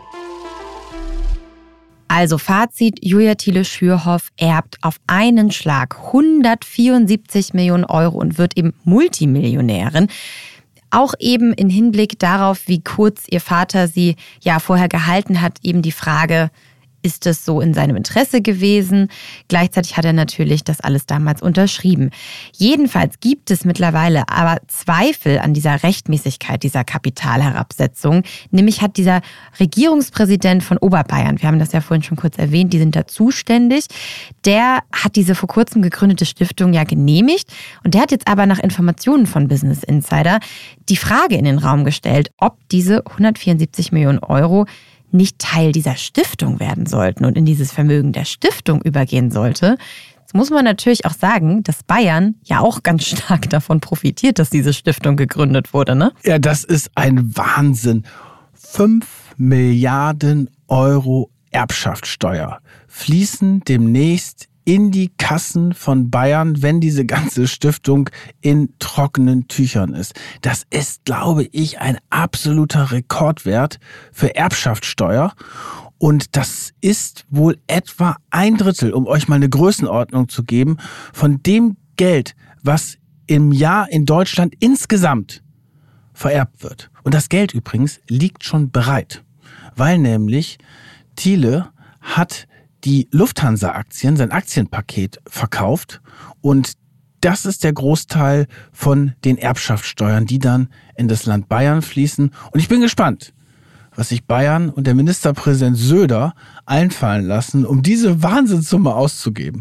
Also Fazit, Julia Thiele-Schürhoff erbt auf einen Schlag 174 Millionen Euro und wird eben Multimillionärin. Auch eben im Hinblick darauf, wie kurz ihr Vater sie ja vorher gehalten hat, eben die Frage, ist es so in seinem Interesse gewesen? Gleichzeitig hat er natürlich das alles damals unterschrieben. Jedenfalls gibt es mittlerweile aber Zweifel an dieser Rechtmäßigkeit dieser Kapitalherabsetzung. Nämlich hat dieser Regierungspräsident von Oberbayern, wir haben das ja vorhin schon kurz erwähnt, die sind da zuständig, der hat diese vor kurzem gegründete Stiftung ja genehmigt. Und der hat jetzt aber nach Informationen von Business Insider die Frage in den Raum gestellt, ob diese 174 Millionen Euro nicht Teil dieser Stiftung werden sollten und in dieses Vermögen der Stiftung übergehen sollte. Jetzt muss man natürlich auch sagen, dass Bayern ja auch ganz stark davon profitiert, dass diese Stiftung gegründet wurde, ne? Ja, das ist ein Wahnsinn. 5 Milliarden Euro Erbschaftssteuer fließen demnächst in die Kassen von Bayern, wenn diese ganze Stiftung in trockenen Tüchern ist. Das ist, glaube ich, ein absoluter Rekordwert für Erbschaftssteuer. Und das ist wohl etwa 1/3, um euch mal eine Größenordnung zu geben, von dem Geld, was im Jahr in Deutschland insgesamt vererbt wird. Und das Geld übrigens liegt schon bereit, weil nämlich Thiele hat die Lufthansa-Aktien, sein Aktienpaket verkauft und das ist der Großteil von den Erbschaftssteuern, die dann in das Land Bayern fließen. Und ich bin gespannt, was sich Bayern und der Ministerpräsident Söder einfallen lassen, um diese Wahnsinnssumme auszugeben.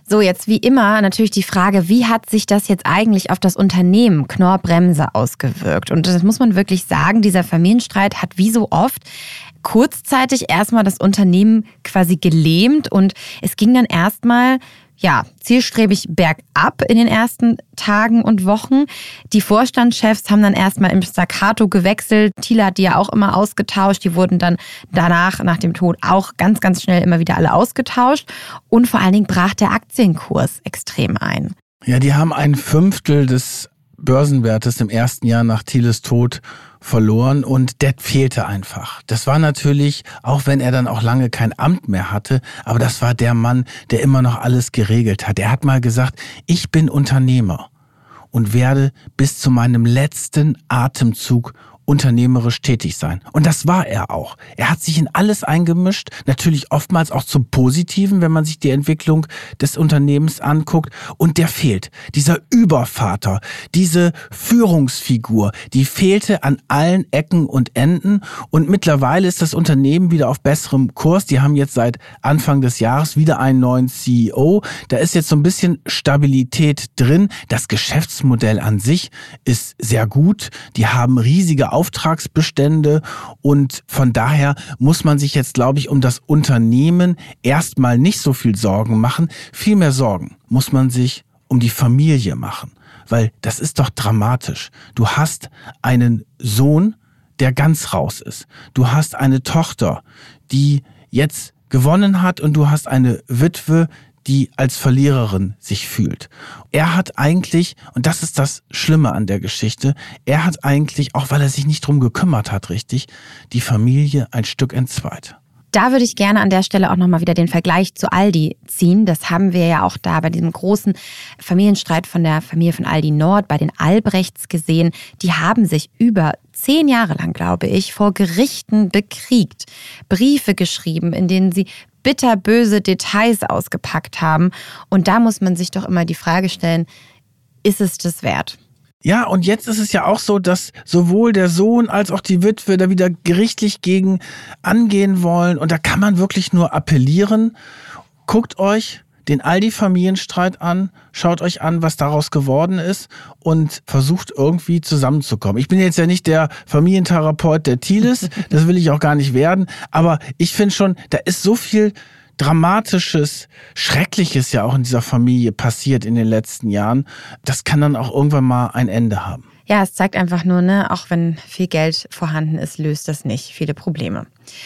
So, jetzt wie immer natürlich die Frage, wie hat sich das jetzt eigentlich auf das Unternehmen Knorr-Bremse ausgewirkt? Und das muss man wirklich sagen, dieser Familienstreit hat wie so oft kurzzeitig erstmal das Unternehmen quasi gelähmt und es ging dann erstmal zielstrebig bergab in den ersten Tagen und Wochen. Die Vorstandschefs haben dann erstmal im Staccato gewechselt. Thiele hat die ja auch immer ausgetauscht. Die wurden dann danach, nach dem Tod, auch ganz, ganz schnell immer wieder alle ausgetauscht. Und vor allen Dingen brach der Aktienkurs extrem ein. Ja, die haben 1/5 des Börsenwertes im ersten Jahr nach Thieles Tod verloren und das fehlte einfach. Das war natürlich, auch wenn er dann auch lange kein Amt mehr hatte, aber das war der Mann, der immer noch alles geregelt hat. Er hat mal gesagt, ich bin Unternehmer und werde bis zu meinem letzten Atemzug unternehmerisch tätig sein. Und das war er auch. Er hat sich in alles eingemischt, natürlich oftmals auch zum Positiven, wenn man sich die Entwicklung des Unternehmens anguckt. Und der fehlt. Dieser Übervater, diese Führungsfigur, die fehlte an allen Ecken und Enden. Und mittlerweile ist das Unternehmen wieder auf besserem Kurs. Die haben jetzt seit Anfang des Jahres wieder einen neuen CEO. Da ist jetzt so ein bisschen Stabilität drin. Das Geschäftsmodell an sich ist sehr gut. Die haben riesige Auftragsbestände und von daher muss man sich jetzt, glaube ich, um das Unternehmen erstmal nicht so viel Sorgen machen. Viel mehr Sorgen muss man sich um die Familie machen, weil das ist doch dramatisch. Du hast einen Sohn, der ganz raus ist. Du hast eine Tochter, die jetzt gewonnen hat und du hast eine Witwe, die als Verliererin sich fühlt. Er hat eigentlich, und das ist das Schlimme an der Geschichte, er hat eigentlich, auch weil er sich nicht drum gekümmert hat, richtig, die Familie ein Stück entzweit. Da würde ich gerne an der Stelle auch nochmal wieder den Vergleich zu Aldi ziehen. Das haben wir ja auch da bei diesem großen Familienstreit von der Familie von Aldi Nord bei den Albrechts gesehen. Die haben sich über 10 Jahre lang, glaube ich, vor Gerichten bekriegt. Briefe geschrieben, in denen sie bitterböse Details ausgepackt haben. Und da muss man sich doch immer die Frage stellen, ist es das wert? Ja, und jetzt ist es ja auch so, dass sowohl der Sohn als auch die Witwe da wieder gerichtlich gegen angehen wollen. Und da kann man wirklich nur appellieren. Guckt euch den Aldi-Familienstreit an, schaut euch an, was daraus geworden ist und versucht irgendwie zusammenzukommen. Ich bin jetzt ja nicht der Familientherapeut der Thieles, das will ich auch gar nicht werden, aber ich finde schon, da ist so viel Dramatisches, Schreckliches ja auch in dieser Familie passiert in den letzten Jahren. Das kann dann auch irgendwann mal ein Ende haben. Ja, es zeigt einfach nur, auch wenn viel Geld vorhanden ist, löst das nicht viele Probleme.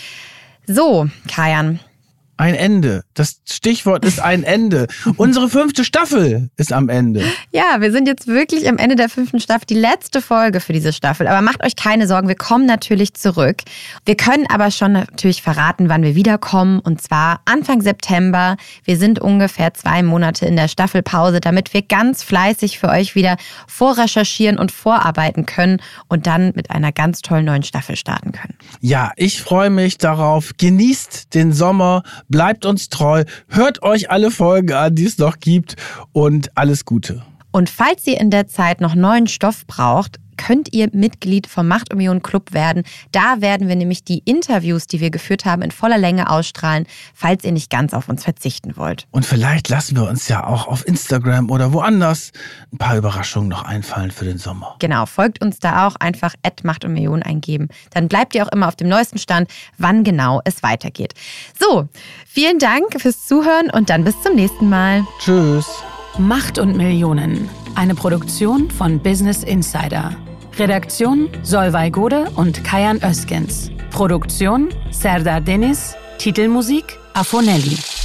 So, Kajan. Ein Ende. Das Stichwort ist ein Ende. Unsere 5. Staffel ist am Ende. Ja, wir sind jetzt wirklich am Ende der 5. Staffel, die letzte Folge für diese Staffel. Aber macht euch keine Sorgen, wir kommen natürlich zurück. Wir können aber schon natürlich verraten, wann wir wiederkommen. Und zwar Anfang September. Wir sind ungefähr 2 Monate in der Staffelpause, damit wir ganz fleißig für euch wieder vorrecherchieren und vorarbeiten können und dann mit einer ganz tollen neuen Staffel starten können. Ja, ich freue mich darauf. Genießt den Sommer. Bleibt uns treu, hört euch alle Folgen an, die es noch gibt und alles Gute. Und falls ihr in der Zeit noch neuen Stoff braucht, könnt ihr Mitglied vom Macht und Millionen Club werden. Da werden wir nämlich die Interviews, die wir geführt haben, in voller Länge ausstrahlen, falls ihr nicht ganz auf uns verzichten wollt. Und vielleicht lassen wir uns ja auch auf Instagram oder woanders ein paar Überraschungen noch einfallen für den Sommer. Genau, folgt uns da auch, einfach @Macht und Millionen eingeben. Dann bleibt ihr auch immer auf dem neuesten Stand, wann genau es weitergeht. So, vielen Dank fürs Zuhören und dann bis zum nächsten Mal. Tschüss. Macht und Millionen. Eine Produktion von Business Insider. Redaktion Solveig Gode und Kajan Özgens. Produktion Serdar Deniz. Titelmusik Afonelli.